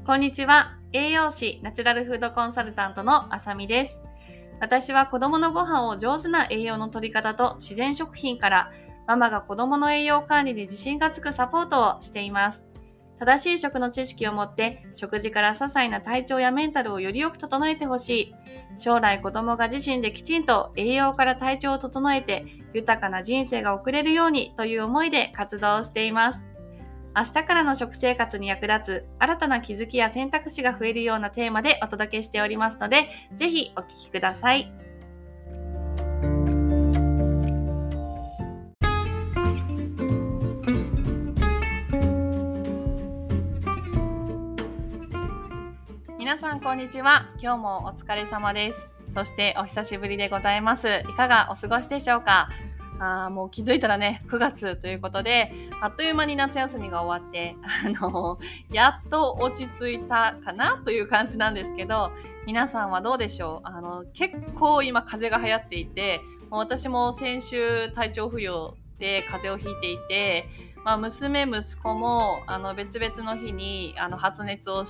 こんにちは。栄養士、ナチュラルフードコンサルタントのあさみです。私は子供のご飯を上手な栄養の取り方と自然食品からママが子供の栄養管理に自信がつくサポートをしています。正しい食の知識を持って食事から些細な体調やメンタルをよりよく整えてほしい。将来子供が自身できちんと栄養から体調を整えて豊かな人生が送れるようにという思いで活動しています。明日からの食生活に役立つ新たな気づきや選択肢が増えるようなテーマでお届けしておりますので、ぜひお聞きください。皆さんこんにちは。今日もお疲れ様です。そしてお久しぶりでございます。いかがお過ごしでしょうか？もう気づいたらね、9月ということで、あっという間に夏休みが終わって、やっと落ち着いたかなという感じなんですけど、皆さんはどうでしょう？結構今風邪が流行っていて、私も先週体調不良で風邪をひいていて、娘、息子も別々の日に発熱をして、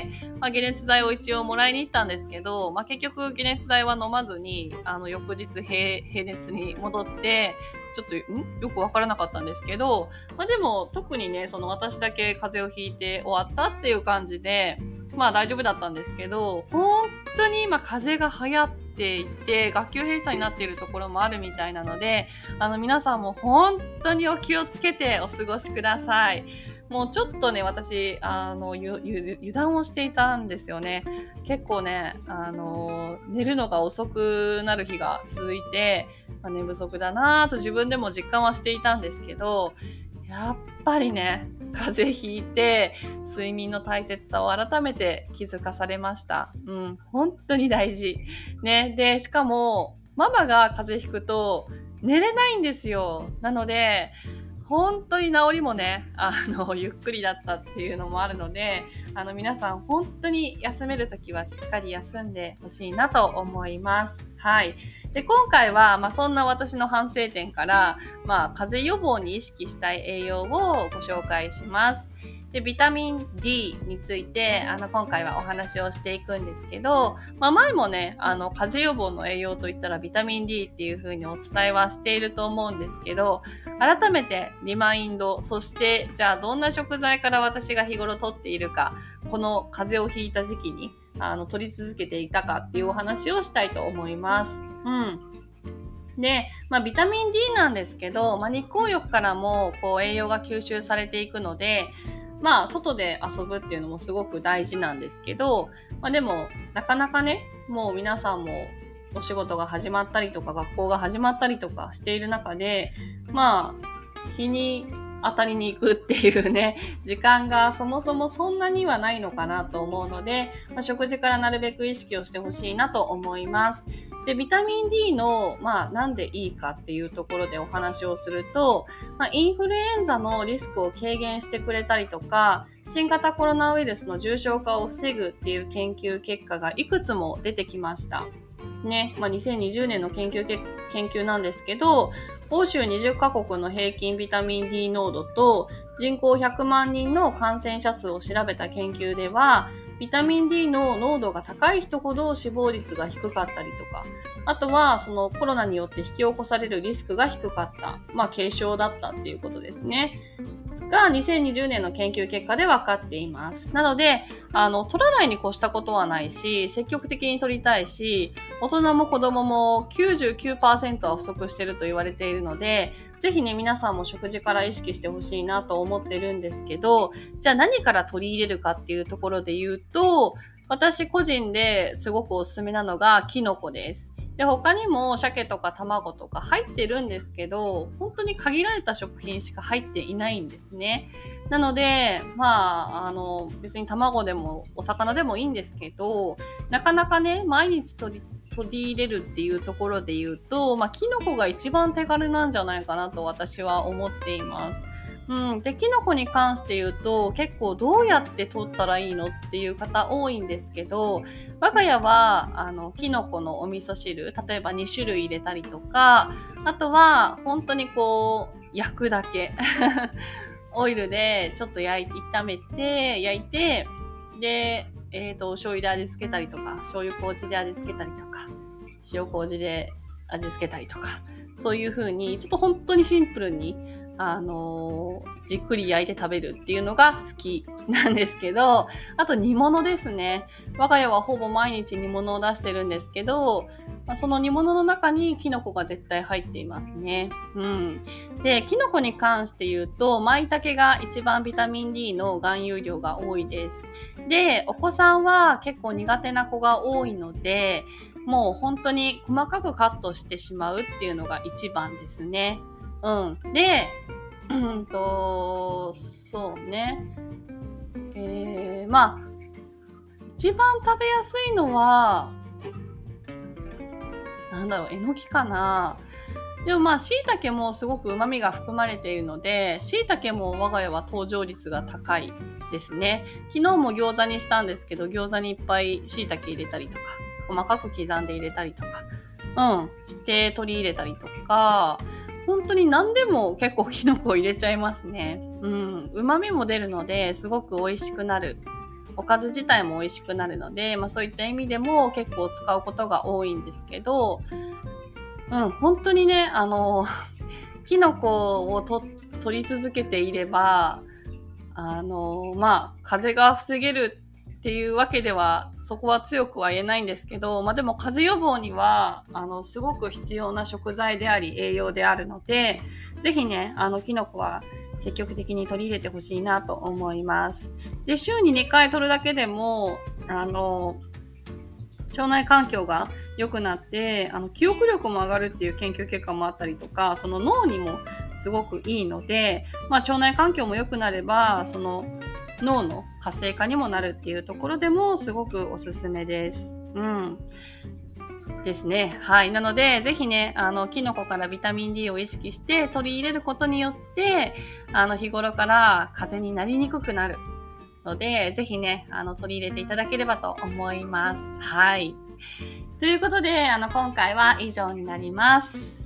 解熱剤を一応もらいに行ったんですけど、結局解熱剤は飲まずに翌日平熱に戻ってちょっとよくわからなかったんですけど、でも特にね私だけ風邪をひいて終わったっていう感じで大丈夫だったんですけど、本当に今風邪が流行っていて学級閉鎖になっているところもあるみたいなので、皆さんも本当にお気をつけてお過ごしください。もうちょっとね、私油断をしていたんですよね。結構ね寝るのが遅くなる日が続いて、寝不足だなぁと自分でも実感はしていたんですけど、やっぱりね、風邪ひいて睡眠の大切さを改めて気づかされました。本当に大事。ね、で、しかもママが風邪ひくと寝れないんですよ。なので、本当に治りもね、ゆっくりだったっていうのもあるので、皆さん本当に休めるときはしっかり休んでほしいなと思います。はい。で、今回は、そんな私の反省点から、風邪予防に意識したい栄養をご紹介します。で、ビタミン D について、今回はお話をしていくんですけど、前もね、風邪予防の栄養といったらビタミン D っていう風にお伝えはしていると思うんですけど、改めてリマインド、そしてじゃあどんな食材から私が日頃摂っているか、この風邪をひいた時期に取り続けていたかっていうお話をしたいと思います。で、ビタミン D なんですけど、日光浴からも栄養が吸収されていくので、外で遊ぶっていうのもすごく大事なんですけど、でもなかなかね、もう皆さんもお仕事が始まったりとか学校が始まったりとかしている中で、日に当たりに行くっていうね、時間がそもそもそんなにはないのかなと思うので、食事からなるべく意識をしてほしいなと思います。で、ビタミン D の、なんでいいかっていうところでお話をすると、インフルエンザのリスクを軽減してくれたりとか、新型コロナウイルスの重症化を防ぐっていう研究結果がいくつも出てきました。ね、2020年の研究なんですけど、欧州20カ国の平均ビタミン D 濃度と人口100万人の感染者数を調べた研究では、ビタミン D の濃度が高い人ほど死亡率が低かったりとか、あとはそのコロナによって引き起こされるリスクが低かった、軽症だったっていうことですね。が2020年の研究結果で分かっています。なので、取らないに越したことはないし、積極的に取りたいし、大人も子供も 99% は不足していると言われているので、ぜひね、皆さんも食事から意識してほしいなと思ってるんですけど、じゃあ何から取り入れるかっていうところで言うと、私個人ですごくおすすめなのがキノコです。で、他にも鮭とか卵とか入ってるんですけど、本当に限られた食品しか入っていないんですね。なので、別に卵でもお魚でもいいんですけど、なかなかね、毎日取り入れるっていうところで言うと、キノコが一番手軽なんじゃないかなと私は思っています。で、キノコに関して言うと、結構どうやって取ったらいいのっていう方多いんですけど、我が家は、キノコのお味噌汁、例えば2種類入れたりとか、あとは、本当に焼くだけ。オイルでちょっと炒めて、焼いて、 で、醤油で味付けたりとか、醤油麹で味付けたりとか、塩麹で味付けたりとか、そういう風にちょっと本当にシンプルにじっくり焼いて食べるっていうのが好きなんですけど、あと煮物ですね。我が家はほぼ毎日煮物を出してるんですけど、その煮物の中にキノコが絶対入っていますね。で、キノコに関して言うと、舞茸が一番ビタミン D の含有量が多いです。で、お子さんは結構苦手な子が多いので、もう本当に細かくカットしてしまうっていうのが一番ですね。で、そうね。一番食べやすいのは、えのきかな。でも椎茸もすごく旨味が含まれているので、椎茸も我が家は登場率が高いですね。昨日も餃子にしたんですけど、餃子にいっぱい椎茸入れたりとか、細かく刻んで入れたりとか、して取り入れたりとか、本当に何でも結構キノコを入れちゃいますね。旨味も出るので、すごく美味しくなる。おかず自体も美味しくなるので、そういった意味でも結構使うことが多いんですけど、本当にね、キノコを取り続けていれば、風邪が防げるっていうわけでは、そこは強くは言えないんですけど、でも風邪予防には、すごく必要な食材であり、栄養であるので、ぜひね、キノコは積極的に取り入れてほしいなと思います。で、週に2回取るだけでも、腸内環境が良くなって、記憶力も上がるっていう研究結果もあったりとか、その脳にもすごくいいので、腸内環境も良くなれば、その脳の活性化にもなるっていうところでもすごくおすすめです。ですね。はい。なので、ぜひね、キノコからビタミン D を意識して取り入れることによって、日頃から風邪になりにくくなるので、ぜひね、取り入れていただければと思います。はい。ということで、今回は以上になります。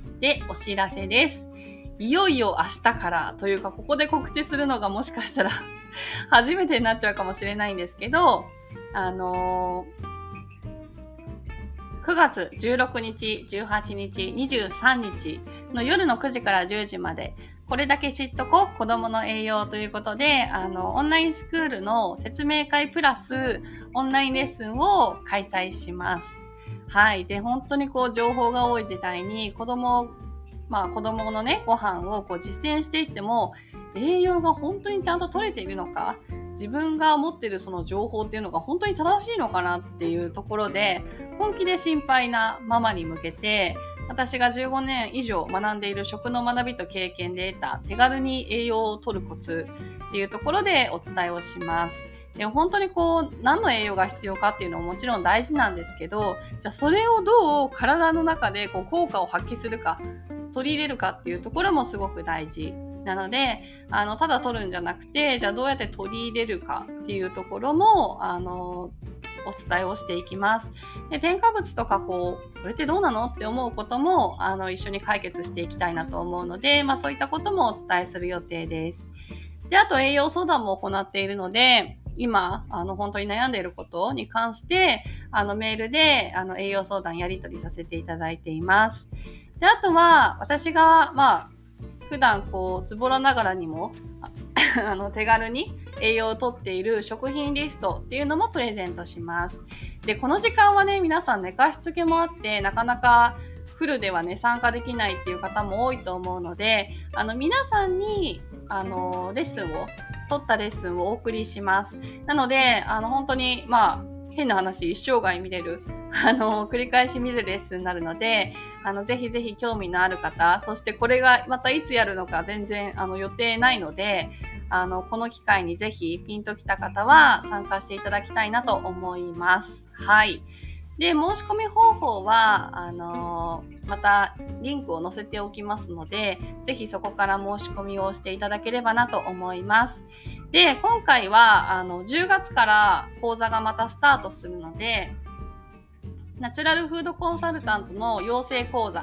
で、お知らせです。いよいよ明日からというか、ここで告知するのがもしかしたら初めてになっちゃうかもしれないんですけど、9月16日、18日、23日の夜の9時から10時まで、これだけ知っとこ子供の栄養ということで、オンラインスクールの説明会プラスオンラインレッスンを開催します。はい。で、本当に情報が多い時代に子供のね、ご飯を実践していっても、栄養が本当にちゃんと取れているのか、自分が持っているその情報っていうのが本当に正しいのかなっていうところで、本気で心配なママに向けて、私が15年以上学んでいる食の学びと経験で得た手軽に栄養を取るコツっていうところでお伝えをします。で、本当に何の栄養が必要かっていうのももちろん大事なんですけど、じゃあそれをどう体の中で効果を発揮するか、取り入れるかっていうところもすごく大事。なので、ただ取るんじゃなくて、じゃあどうやって取り入れるかっていうところも、お伝えをしていきます。で、添加物とかこれってどうなのって思うことも、一緒に解決していきたいなと思うので、そういったこともお伝えする予定です。で、あと栄養相談も行っているので、今、本当に悩んでいることに関して、メールで、栄養相談やり取りさせていただいています。で、あとは、私が、普段ズボラながらにも手軽に栄養をとっている食品リストっていうのもプレゼントします。で、この時間はね、皆さん寝かしつけもあってなかなかフルではね参加できないっていう方も多いと思うので、皆さんに取ったレッスンをお送りします。なので本当に変な話一生涯見れる繰り返し見るレッスンになるので、ぜひぜひ興味のある方、そしてこれがまたいつやるのか全然予定ないので、この機会にぜひピンときた方は参加していただきたいなと思います。はい。で、申し込み方法は、またリンクを載せておきますので、ぜひそこから申し込みをしていただければなと思います。で、今回は、10月から講座がまたスタートするので、ナチュラルフードコンサルタントの養成講座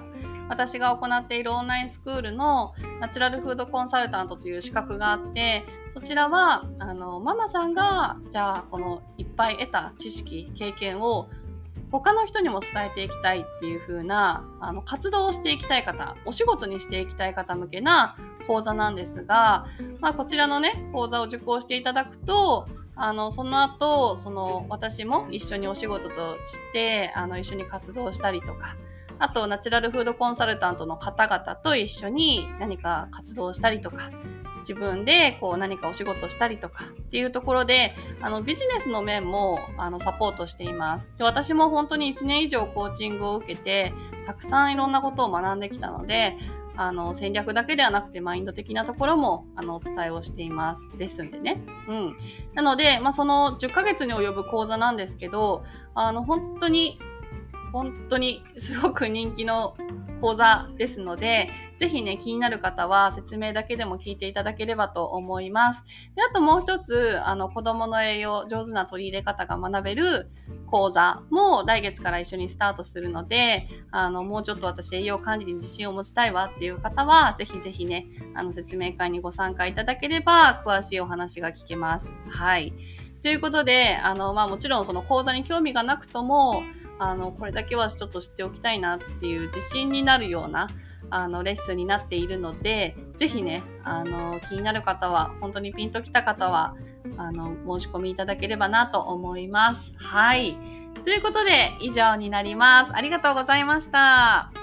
私が行っているオンラインスクールのナチュラルフードコンサルタントという資格があって、そちらはママさんがじゃあこのいっぱい得た知識経験を他の人にも伝えていきたいっていう風な活動をしていきたい方、お仕事にしていきたい方向けな講座なんですが、こちらのね講座を受講していただくとその後私も一緒にお仕事として一緒に活動したりとか、あとナチュラルフードコンサルタントの方々と一緒に何か活動したりとか、自分で何かお仕事したりとかっていうところでビジネスの面もサポートしています。で、私も本当に1年以上コーチングを受けてたくさんいろんなことを学んできたので、戦略だけではなくてマインド的なところもお伝えをしていますですんでね。なので、その10ヶ月に及ぶ講座なんですけど、本当にすごく人気の講座ですので、ぜひね、気になる方は説明だけでも聞いていただければと思います。で、あともう一つ、子供の栄養、上手な取り入れ方が学べる講座も来月から一緒にスタートするので、もうちょっと私栄養管理に自信を持ちたいわっていう方は、ぜひぜひね、説明会にご参加いただければ、詳しいお話が聞けます。はい。ということで、もちろんその講座に興味がなくとも、これだけはちょっと知っておきたいなっていう自信になるようなレッスンになっているので、ぜひね気になる方は、本当にピンときた方は申し込みいただければなと思います。はい。ということで以上になります。ありがとうございました。